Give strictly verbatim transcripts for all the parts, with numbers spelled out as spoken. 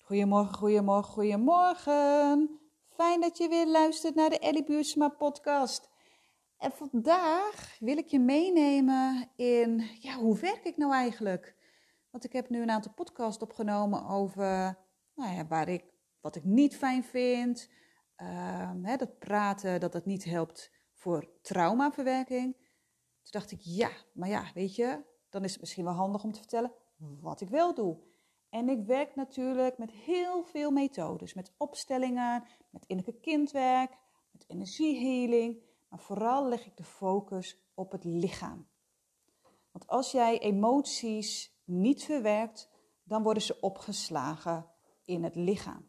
Goedemorgen, goedemorgen, goedemorgen. Fijn dat je weer luistert naar de Ellie Buursma podcast. En vandaag wil ik je meenemen in, ja, hoe werk ik nou eigenlijk? Want ik heb nu een aantal podcasts opgenomen over, nou ja, waar ik, wat ik niet fijn vind. Um, hè, dat praten, dat het niet helpt voor traumaverwerking. Toen dacht ik, ja, maar ja, weet je, dan is het misschien wel handig om te vertellen wat ik wel doe. En ik werk natuurlijk met heel veel methodes. Met opstellingen, met innerlijke kindwerk, met energiehealing. Maar vooral leg ik de focus op het lichaam. Want als jij emoties niet verwerkt, dan worden ze opgeslagen in het lichaam.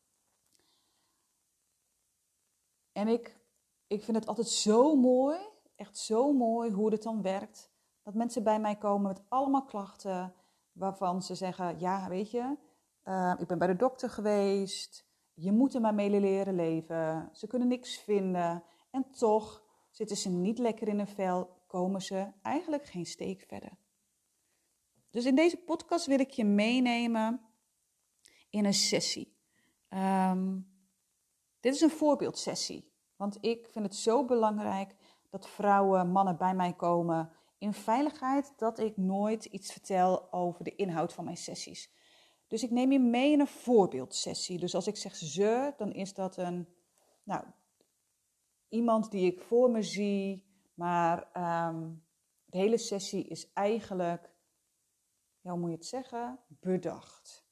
En ik, ik vind het altijd zo mooi, echt zo mooi hoe het dan werkt. Dat mensen bij mij komen met allemaal klachten waarvan ze zeggen, ja, weet je, uh, ik ben bij de dokter geweest, je moet er maar mee leren leven. Ze kunnen niks vinden en toch zitten ze niet lekker in hun vel, komen ze eigenlijk geen steek verder. Dus in deze podcast wil ik je meenemen in een sessie. Um, dit is een voorbeeldsessie, want ik vind het zo belangrijk dat vrouwen, mannen bij mij komen in veiligheid, dat ik nooit iets vertel over de inhoud van mijn sessies. Dus ik neem je mee in een voorbeeldsessie. Dus als ik zeg ze, dan is dat een, nou, iemand die ik voor me zie, maar um, de hele sessie is eigenlijk, ja, hoe moet je het zeggen, bedacht.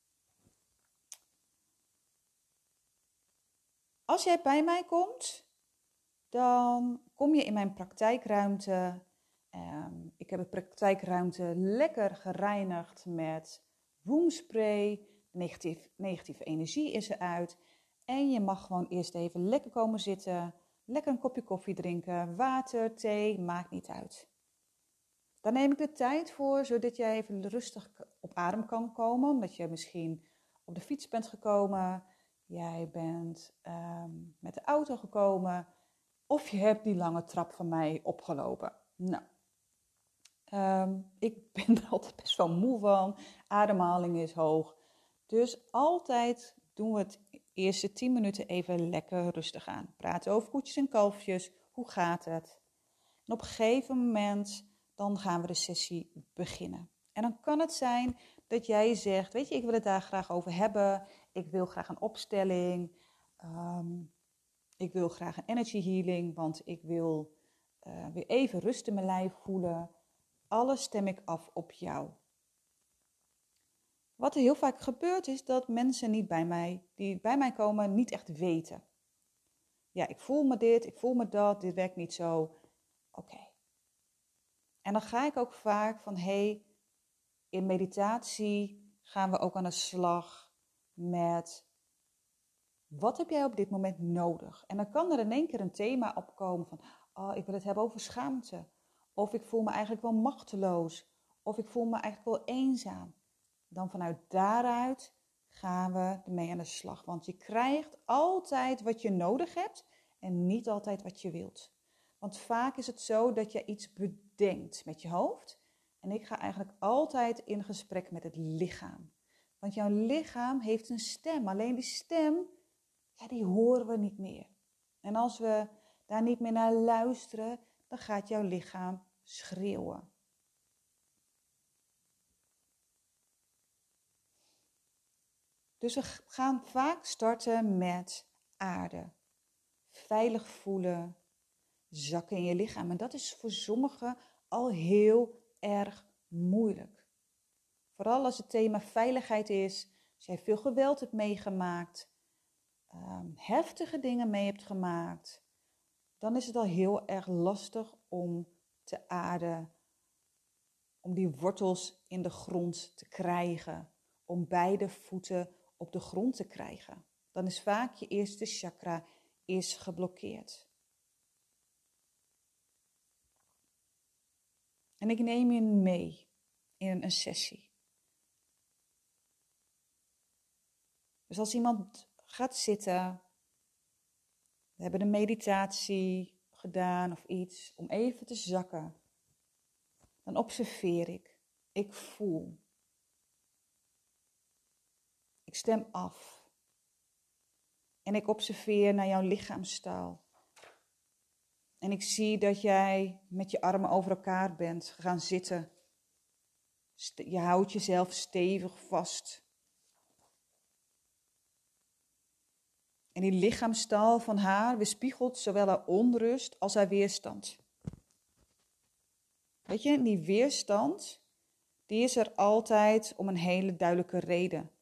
Als jij bij mij komt, dan kom je in mijn praktijkruimte. Um, ik heb de praktijkruimte lekker gereinigd met roomspray. Negatief, negatieve energie is eruit. En je mag gewoon eerst even lekker komen zitten. Lekker een kopje koffie drinken. Water, thee, maakt niet uit. Daar neem ik de tijd voor, zodat jij even rustig op adem kan komen. Omdat je misschien op de fiets bent gekomen. Jij bent um, met de auto gekomen. Of je hebt die lange trap van mij opgelopen. Nou, um, ik ben er altijd best wel moe van. Ademhaling is hoog. Dus altijd doen we het eerste tien minuten even lekker rustig aan. Praten over koetjes en kalfjes. Hoe gaat het? En op een gegeven moment dan gaan we de sessie beginnen. En dan kan het zijn dat jij zegt, weet je, ik wil het daar graag over hebben. Ik wil graag een opstelling. Um, Ik wil graag een energy healing, want ik wil uh, weer even rust in mijn lijf voelen. Alles stem ik af op jou. Wat er heel vaak gebeurt is dat mensen niet bij mij, die bij mij komen, niet echt weten. Ja, ik voel me dit, ik voel me dat, dit werkt niet zo. Oké. Okay. En dan ga ik ook vaak van, hé, hey, in meditatie gaan we ook aan de slag met, wat heb jij op dit moment nodig? En dan kan er in één keer een thema opkomen van, oh, ik wil het hebben over schaamte. Of ik voel me eigenlijk wel machteloos. Of ik voel me eigenlijk wel eenzaam. Dan vanuit daaruit gaan we ermee aan de slag. Want je krijgt altijd wat je nodig hebt en niet altijd wat je wilt. Want vaak is het zo dat je iets bedenkt met je hoofd. En ik ga eigenlijk altijd in gesprek met het lichaam. Want jouw lichaam heeft een stem. Alleen die stem, ja, die horen we niet meer. En als we daar niet meer naar luisteren, dan gaat jouw lichaam schreeuwen. Dus we gaan vaak starten met aarde. Veilig voelen, zakken in je lichaam. En dat is voor sommigen al heel erg moeilijk. Vooral als het thema veiligheid is, als jij veel geweld hebt meegemaakt, um, heftige dingen mee hebt gemaakt, dan is het al heel erg lastig om te aarden, om die wortels in de grond te krijgen, om beide voeten op de grond te krijgen. Dan is vaak je eerste chakra is geblokkeerd. En ik neem je mee in een sessie. Dus als iemand gaat zitten, we hebben een meditatie gedaan of iets, om even te zakken, dan observeer ik. Ik voel. Ik stem af. En ik observeer naar jouw lichaamstaal. En ik zie dat jij met je armen over elkaar bent gaan zitten. Je houdt jezelf stevig vast. En die lichaamstaal van haar weerspiegelt zowel haar onrust als haar weerstand. Weet je, die weerstand, die is er altijd om een hele duidelijke reden.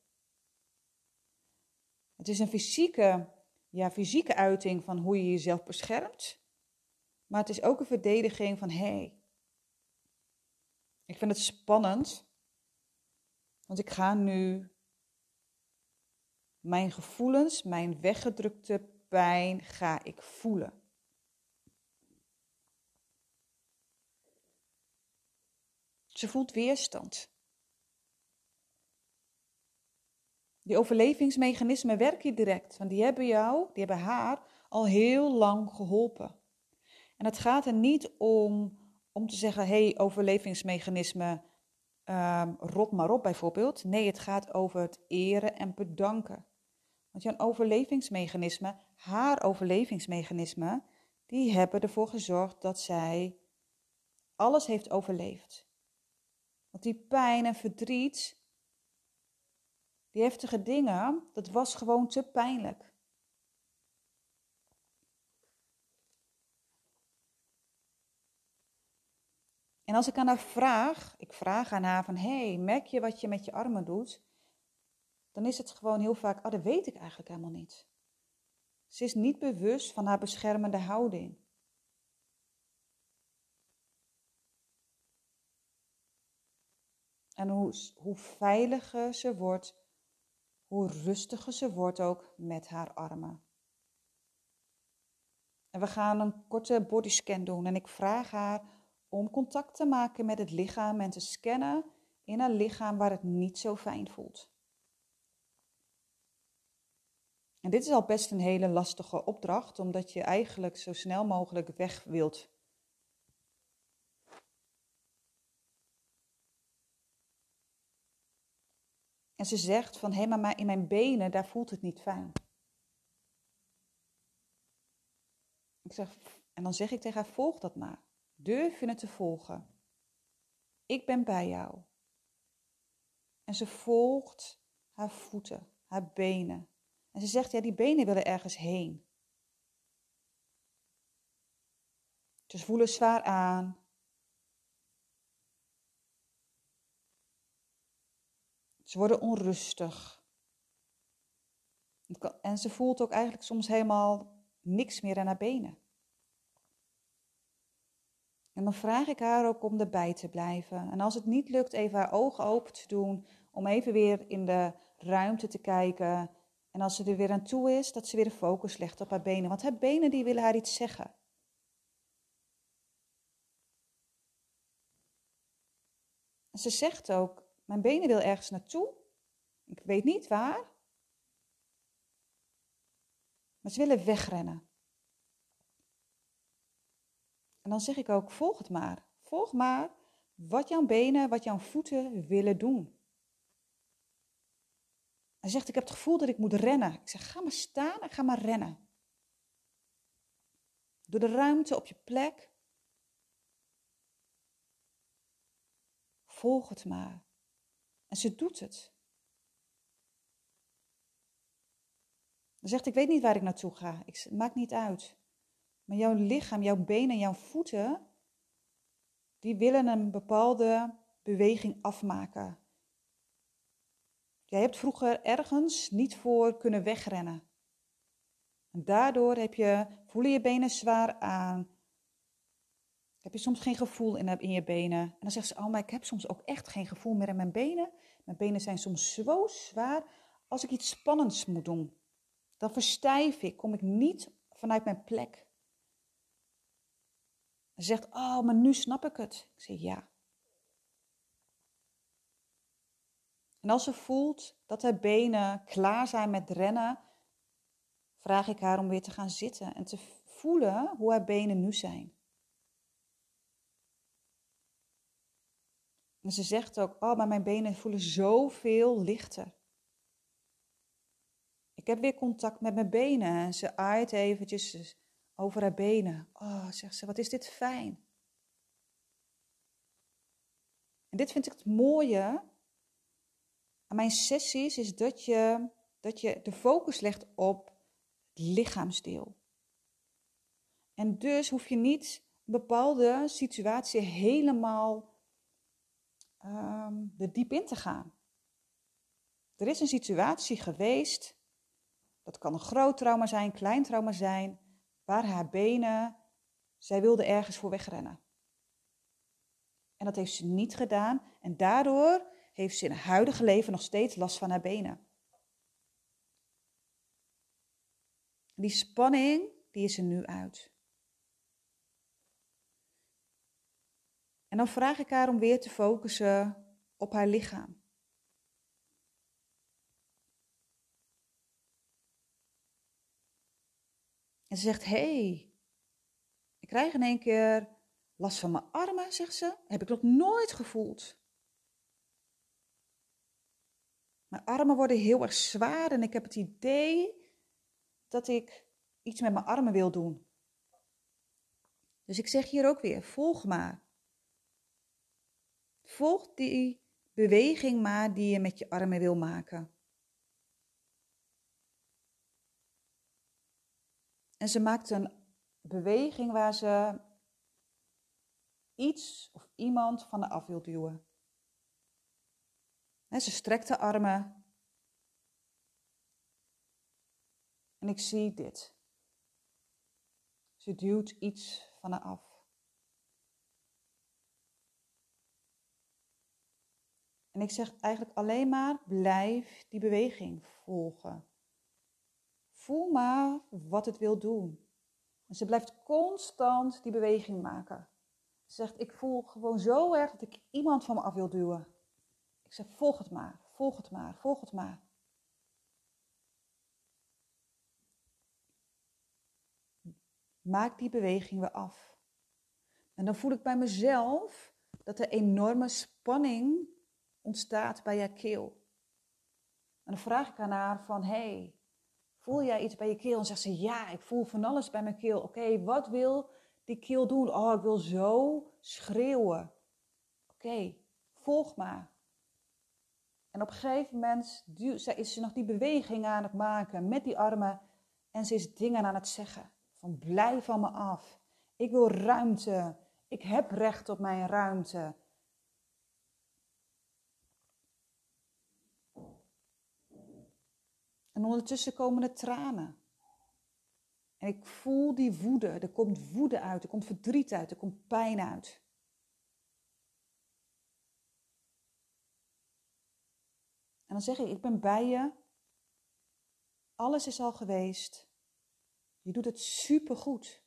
Het is een fysieke, ja, fysieke uiting van hoe je jezelf beschermt. Maar het is ook een verdediging van, hé, hey, ik vind het spannend. Want ik ga nu mijn gevoelens, mijn weggedrukte pijn, ga ik voelen. Ze voelt weerstand. Die overlevingsmechanismen werken direct, want die hebben jou, die hebben haar al heel lang geholpen. En het gaat er niet om, om te zeggen, hé, hey, overlevingsmechanismen, um, rot maar op bijvoorbeeld. Nee, het gaat over het eren en bedanken. Want jouw overlevingsmechanismen, haar overlevingsmechanismen, die hebben ervoor gezorgd dat zij alles heeft overleefd. Want die pijn en verdriet, die heftige dingen, dat was gewoon te pijnlijk. En als ik aan haar vraag, ik vraag aan haar van, hé, hey, merk je wat je met je armen doet? Dan is het gewoon heel vaak, ah, dat weet ik eigenlijk helemaal niet. Ze is niet bewust van haar beschermende houding. En hoe, hoe veiliger ze wordt, hoe rustiger ze wordt ook met haar armen. En we gaan een korte bodyscan doen en ik vraag haar om contact te maken met het lichaam en te scannen in haar lichaam waar het niet zo fijn voelt. En dit is al best een hele lastige opdracht, omdat je eigenlijk zo snel mogelijk weg wilt. En ze zegt van, hé, maar in mijn benen, daar voelt het niet fijn. Ik zeg, en dan zeg ik tegen haar, volg dat maar. Durf je het te volgen. Ik ben bij jou. En ze volgt haar voeten, haar benen. En ze zegt, ja, die benen willen ergens heen. Ze voelen zwaar aan. Ze worden onrustig. En ze voelt ook eigenlijk soms helemaal niks meer aan haar benen. En dan vraag ik haar ook om erbij te blijven. En als het niet lukt, even haar ogen open te doen, om even weer in de ruimte te kijken. En als ze er weer aan toe is, dat ze weer de focus legt op haar benen. Want haar benen die willen haar iets zeggen. En ze zegt ook, mijn benen wil ergens naartoe. Ik weet niet waar. Maar ze willen wegrennen. En dan zeg ik ook, volg het maar. Volg maar wat jouw benen, wat jouw voeten willen doen. Hij zegt, ik heb het gevoel dat ik moet rennen. Ik zeg, ga maar staan en ga maar rennen. Door de ruimte op je plek. Volg het maar. En ze doet het. Hij zegt, ik weet niet waar ik naartoe ga. Ik, het maakt niet uit. Maar jouw lichaam, jouw benen, jouw voeten, die willen een bepaalde beweging afmaken. Jij hebt vroeger ergens niet voor kunnen wegrennen. En daardoor heb je, voelen je benen zwaar aan. Heb je soms geen gevoel in, in je benen. En dan zegt ze, oh, maar ik heb soms ook echt geen gevoel meer in mijn benen. Mijn benen zijn soms zo zwaar als ik iets spannends moet doen. Dan verstijf ik, kom ik niet vanuit mijn plek. Ze zegt, oh, maar nu snap ik het. Ik zeg, ja. En als ze voelt dat haar benen klaar zijn met rennen, vraag ik haar om weer te gaan zitten en te voelen hoe haar benen nu zijn. En ze zegt ook, oh, maar mijn benen voelen zoveel lichter. Ik heb weer contact met mijn benen en ze aait eventjes over haar benen. Oh, zegt ze, wat is dit fijn. En dit vind ik het mooie aan mijn sessies, is dat je, dat je de focus legt op het lichaamsdeel. En dus hoef je niet een bepaalde situatie helemaal um, er diep in te gaan. Er is een situatie geweest, dat kan een groot trauma zijn, een klein trauma zijn, waar haar benen, zij wilde ergens voor wegrennen. En dat heeft ze niet gedaan en daardoor heeft ze in haar huidige leven nog steeds last van haar benen. Die spanning, die is er nu uit. En dan vraag ik haar om weer te focussen op haar lichaam. En ze zegt, hé, hey, ik krijg in één keer last van mijn armen, zegt ze. Heb ik nog nooit gevoeld. Mijn armen worden heel erg zwaar en ik heb het idee dat ik iets met mijn armen wil doen. Dus ik zeg hier ook weer, volg maar. Volg die beweging maar die je met je armen wil maken. En ze maakt een beweging waar ze iets of iemand van de af wil duwen. En ze strekt de armen. En ik zie dit. Ze duwt iets van haar af. En ik zeg eigenlijk alleen maar, blijf die beweging volgen. Voel maar wat het wil doen. En ze blijft constant die beweging maken. Ze zegt, ik voel gewoon zo erg dat ik iemand van me af wil duwen. Ik zeg, volg het maar, volg het maar, volg het maar. Maak die beweging weer af. En dan voel ik bij mezelf dat er enorme spanning ontstaat bij je keel. En dan vraag ik aan haar van, hey, voel jij iets bij je keel? En zegt ze, ja, ik voel van alles bij mijn keel. Oké, okay, wat wil die keel doen? Oh, ik wil zo schreeuwen. Oké, okay, volg maar. En op een gegeven moment is ze nog die beweging aan het maken met die armen. En ze is dingen aan het zeggen. Van blijf van me af. Ik wil ruimte. Ik heb recht op mijn ruimte. En ondertussen komen de tranen. En ik voel die woede. Er komt woede uit. Er komt verdriet uit. Er komt pijn uit. En dan zeg ik, ik ben bij je. Alles is al geweest. Je doet het supergoed.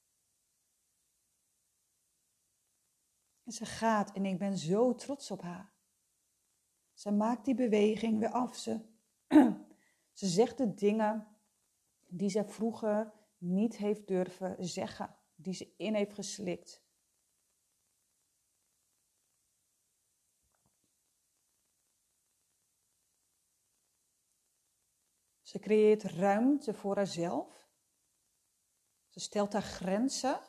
En ze gaat en ik ben zo trots op haar. Ze maakt die beweging weer af. Ze, ze zegt de dingen die ze vroeger niet heeft durven zeggen. Die ze in heeft geslikt. Ze creëert ruimte voor haarzelf. Ze stelt haar grenzen.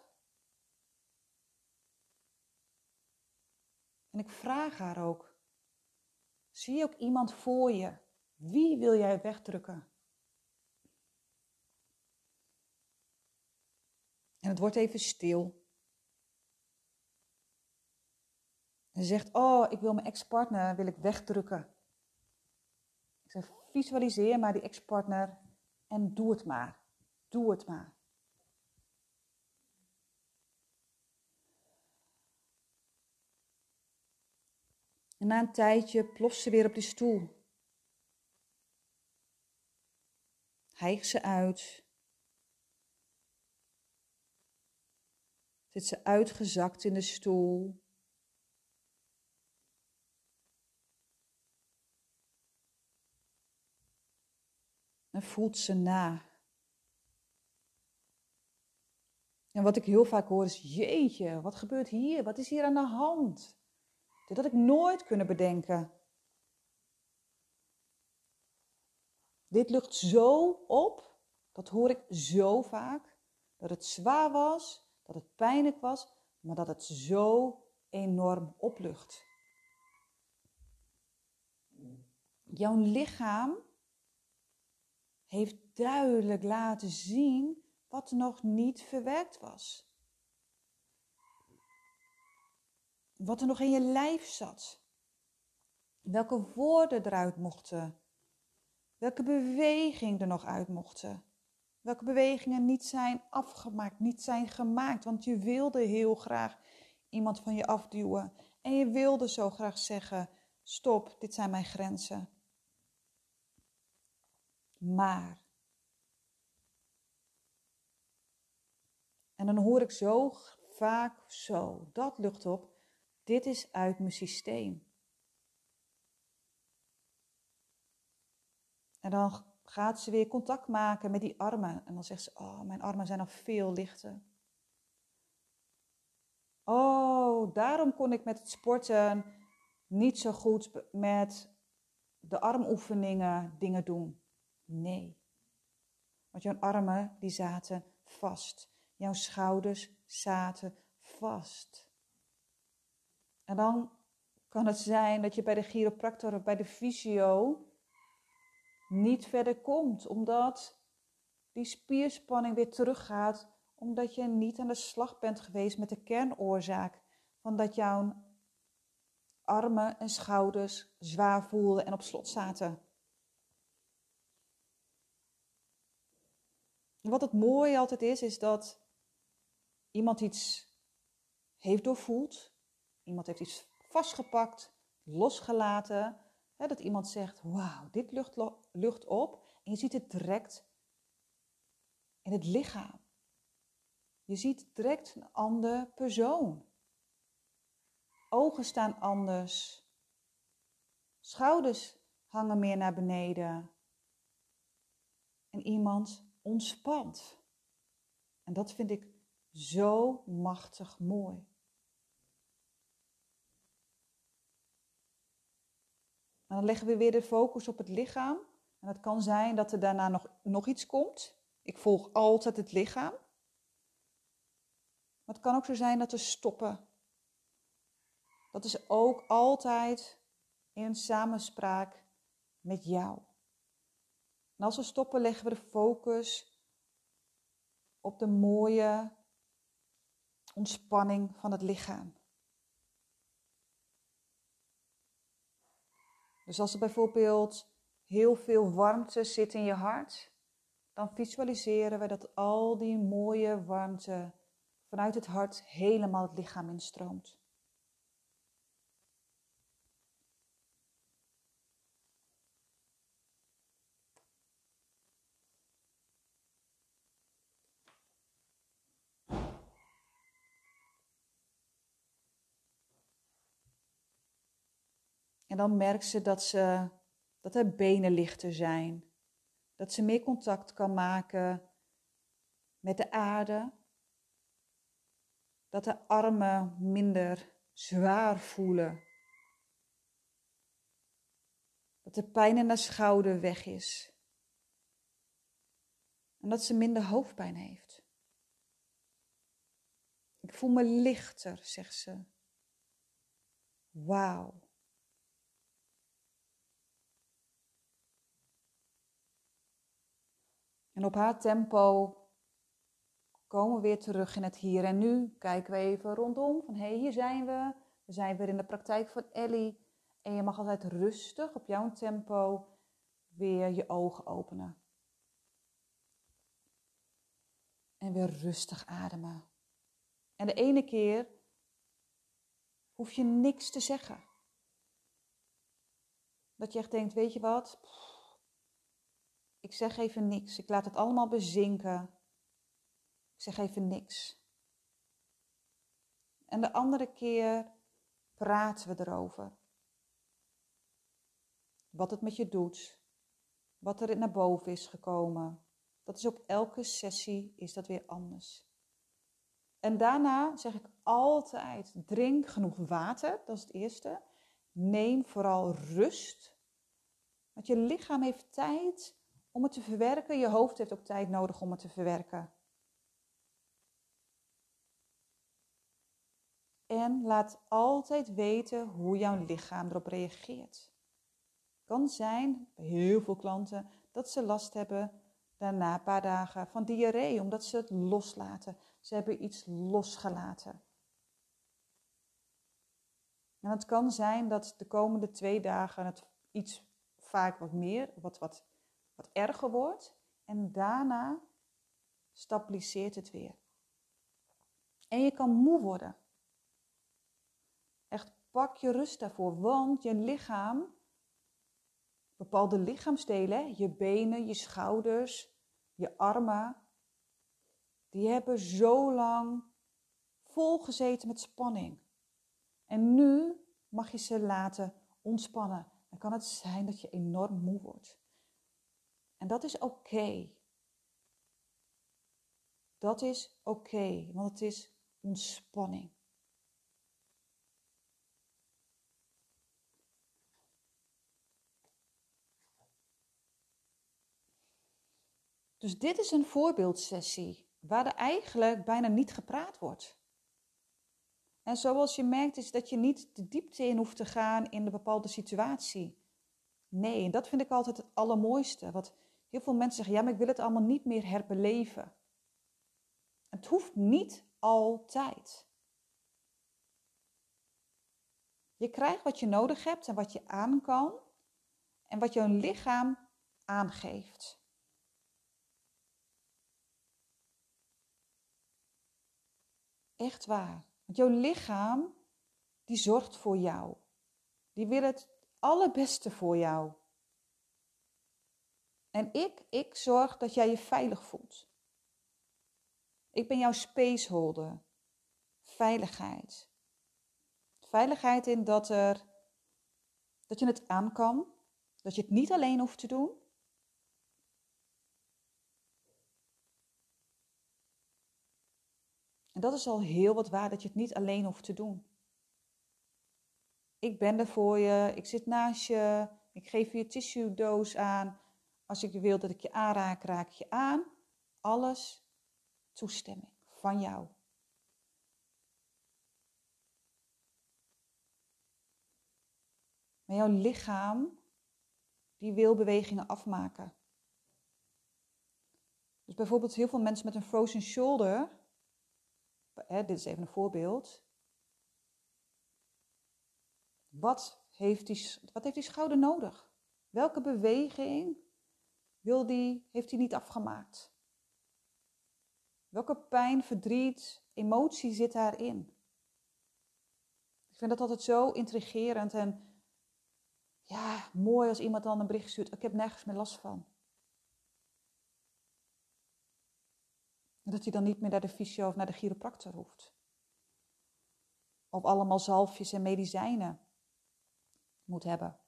En ik vraag haar ook. Zie je ook iemand voor je? Wie wil jij wegdrukken? En het wordt even stil. En ze zegt, oh, ik wil mijn ex-partner wil ik wegdrukken. Ik zeg, visualiseer maar die ex-partner en doe het maar. Doe het maar. En na een tijdje ploft ze weer op die stoel. Hijgt ze uit. Zit ze uitgezakt in de stoel. En voelt ze na. En wat ik heel vaak hoor is, jeetje, wat gebeurt hier? Wat is hier aan de hand? Dit had ik nooit kunnen bedenken. Dit lucht zo op, dat hoor ik zo vaak, dat het zwaar was, dat het pijnlijk was, maar dat het zo enorm oplucht. Jouw lichaam heeft duidelijk laten zien wat er nog niet verwerkt was. Wat er nog in je lijf zat. Welke woorden eruit mochten. Welke bewegingen er nog uit mochten. Welke bewegingen niet zijn afgemaakt, niet zijn gemaakt. Want je wilde heel graag iemand van je afduwen. En je wilde zo graag zeggen, stop, dit zijn mijn grenzen. Maar. En dan hoor ik zo vaak zo, dat lucht op, dit is uit mijn systeem. En dan gaat ze weer contact maken met die armen. En dan zegt ze, oh, mijn armen zijn al veel lichter. Oh, daarom kon ik met het sporten niet zo goed met de armoefeningen dingen doen. Nee. Want jouw armen, die zaten vast. Jouw schouders zaten vast. En dan kan het zijn dat je bij de chiropractor of bij de fysio niet verder komt, omdat die spierspanning weer teruggaat, omdat je niet aan de slag bent geweest met de kernoorzaak van dat jouw armen en schouders zwaar voelden en op slot zaten. Wat het mooie altijd is, is dat iemand iets heeft doorvoeld, iemand heeft iets vastgepakt, losgelaten. Hè, dat iemand zegt, wauw, dit lucht, lucht op. En je ziet het direct in het lichaam. Je ziet direct een andere persoon. Ogen staan anders. Schouders hangen meer naar beneden. En iemand ontspant. En dat vind ik zo machtig mooi. En dan leggen we weer de focus op het lichaam. En het kan zijn dat er daarna nog, nog iets komt. Ik volg altijd het lichaam. Maar het kan ook zo zijn dat we stoppen. Dat is ook altijd in samenspraak met jou. En als we stoppen, leggen we de focus op de mooie ontspanning van het lichaam. Dus als er bijvoorbeeld heel veel warmte zit in je hart, dan visualiseren we dat al die mooie warmte vanuit het hart helemaal het lichaam instroomt. En dan merkt ze dat, ze dat haar benen lichter zijn. Dat ze meer contact kan maken met de aarde. Dat de armen minder zwaar voelen. Dat de pijn in haar schouder weg is. En dat ze minder hoofdpijn heeft. Ik voel me lichter, zegt ze. Wauw. En op haar tempo komen we weer terug in het hier en nu. Kijken we even rondom. Van hé, hey, hier zijn we. We zijn weer in de praktijk van Ellie. En je mag altijd rustig op jouw tempo weer je ogen openen. En weer rustig ademen. En de ene keer hoef je niks te zeggen. Dat je echt denkt, weet je wat? Ik zeg even niks. Ik laat het allemaal bezinken. Ik zeg even niks. En de andere keer praten we erover. Wat het met je doet. Wat er naar boven is gekomen. Dat is op elke sessie is dat weer anders. En daarna zeg ik altijd, drink genoeg water. Dat is het eerste. Neem vooral rust. Want je lichaam heeft tijd om het te verwerken. Je hoofd heeft ook tijd nodig om het te verwerken. En laat altijd weten hoe jouw lichaam erop reageert. Het kan zijn, bij heel veel klanten, dat ze last hebben daarna een paar dagen van diarree, omdat ze het loslaten. Ze hebben iets losgelaten. En het kan zijn dat de komende twee dagen het iets vaak wat meer, wat, wat, wat erger wordt. En daarna stabiliseert het weer. En je kan moe worden. Echt, pak je rust daarvoor, want je lichaam, bepaalde lichaamsdelen, je benen, je schouders, je armen, die hebben zo lang volgezeten met spanning. En nu mag je ze laten ontspannen. Dan kan het zijn dat je enorm moe wordt. En dat is oké. Okay. Dat is oké, okay, want het is ontspanning. Dus dit is een voorbeeldsessie waar er eigenlijk bijna niet gepraat wordt. En zoals je merkt is dat je niet de diepte in hoeft te gaan in een bepaalde situatie. Nee, en dat vind ik altijd het allermooiste. Want heel veel mensen zeggen, ja, maar ik wil het allemaal niet meer herbeleven. Het hoeft niet altijd. Je krijgt wat je nodig hebt en wat je aan kan. En wat jouw lichaam aangeeft. Echt waar. Want jouw lichaam, die zorgt voor jou. Die wil het allerbeste voor jou. En ik, ik zorg dat jij je veilig voelt. Ik ben jouw spaceholder. Veiligheid. Veiligheid in dat, er, dat je het aan kan. Dat je het niet alleen hoeft te doen. En dat is al heel wat waar, dat je het niet alleen hoeft te doen. Ik ben er voor je, ik zit naast je, ik geef je tissue doos aan. Als ik wil dat ik je aanraak, raak ik je aan. Alles toestemming van jou. Maar jouw lichaam, die wil bewegingen afmaken. Dus bijvoorbeeld heel veel mensen met een frozen shoulder, hè, dit is even een voorbeeld. Wat heeft die, wat heeft die schouder nodig? Welke beweging wil die, heeft hij niet afgemaakt? Welke pijn, verdriet, emotie zit daarin? Ik vind dat altijd zo intrigerend en ja, mooi als iemand dan een bericht stuurt. Ik heb nergens meer last van. En dat hij dan niet meer naar de fysio of naar de chiropractor hoeft. Of allemaal zalfjes en medicijnen moet hebben.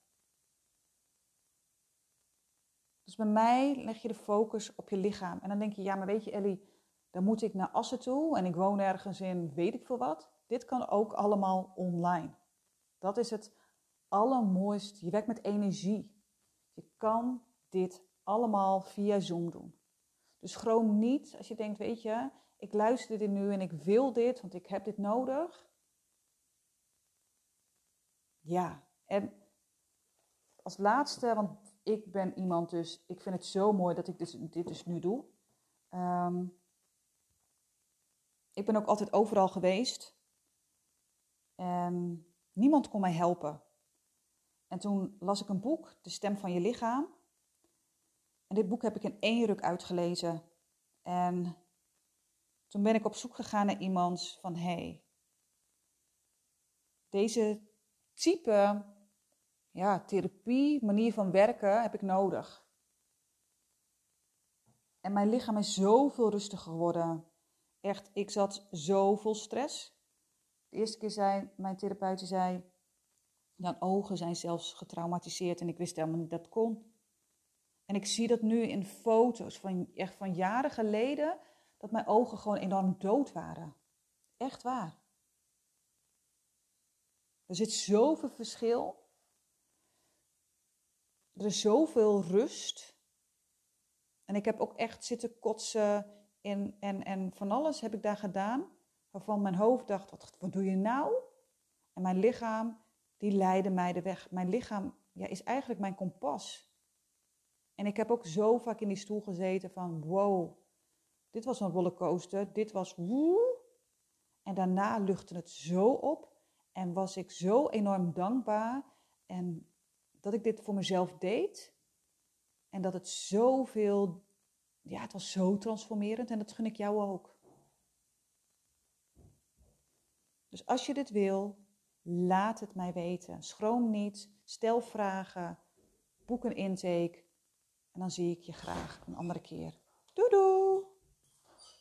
Dus bij mij leg je de focus op je lichaam. En dan denk je, ja, maar weet je Ellie, dan moet ik naar Assen toe en ik woon ergens in weet ik veel wat. Dit kan ook allemaal online. Dat is het allermooiste. Je werkt met energie. Je kan dit allemaal via Zoom doen. Dus schroom niet als je denkt, weet je, ik luister dit nu en ik wil dit, want ik heb dit nodig. Ja, en als laatste, want ik ben iemand dus, ik vind het zo mooi dat ik dit, dit dus nu doe. Um, ik ben ook altijd overal geweest. En niemand kon mij helpen. En toen las ik een boek, De Stem van je Lichaam. En dit boek heb ik in één ruk uitgelezen. En toen ben ik op zoek gegaan naar iemand van, hé, hey, deze type ja, therapie, manier van werken heb ik nodig. En mijn lichaam is zoveel rustiger geworden. Echt, ik zat zo vol stress. De eerste keer zei mijn therapeut, zei, jouw ogen zijn zelfs getraumatiseerd en ik wist helemaal niet dat het kon. En ik zie dat nu in foto's van, echt van jaren geleden, dat mijn ogen gewoon enorm dood waren. Echt waar. Er zit zoveel verschil. Er is zoveel rust. En ik heb ook echt zitten kotsen en, en, en van alles heb ik daar gedaan. Waarvan mijn hoofd dacht, wat, wat doe je nou? En mijn lichaam, die leidde mij de weg. Mijn lichaam ja, is eigenlijk mijn kompas. En ik heb ook zo vaak in die stoel gezeten van, wow, dit was een rollercoaster, dit was woe. En daarna luchtte het zo op en was ik zo enorm dankbaar en dat ik dit voor mezelf deed. En dat het zoveel, ja, het was zo transformerend en dat gun ik jou ook. Dus als je dit wil, laat het mij weten. Schroom niet, stel vragen, boek een intake en dan zie ik je graag een andere keer. Doei doei!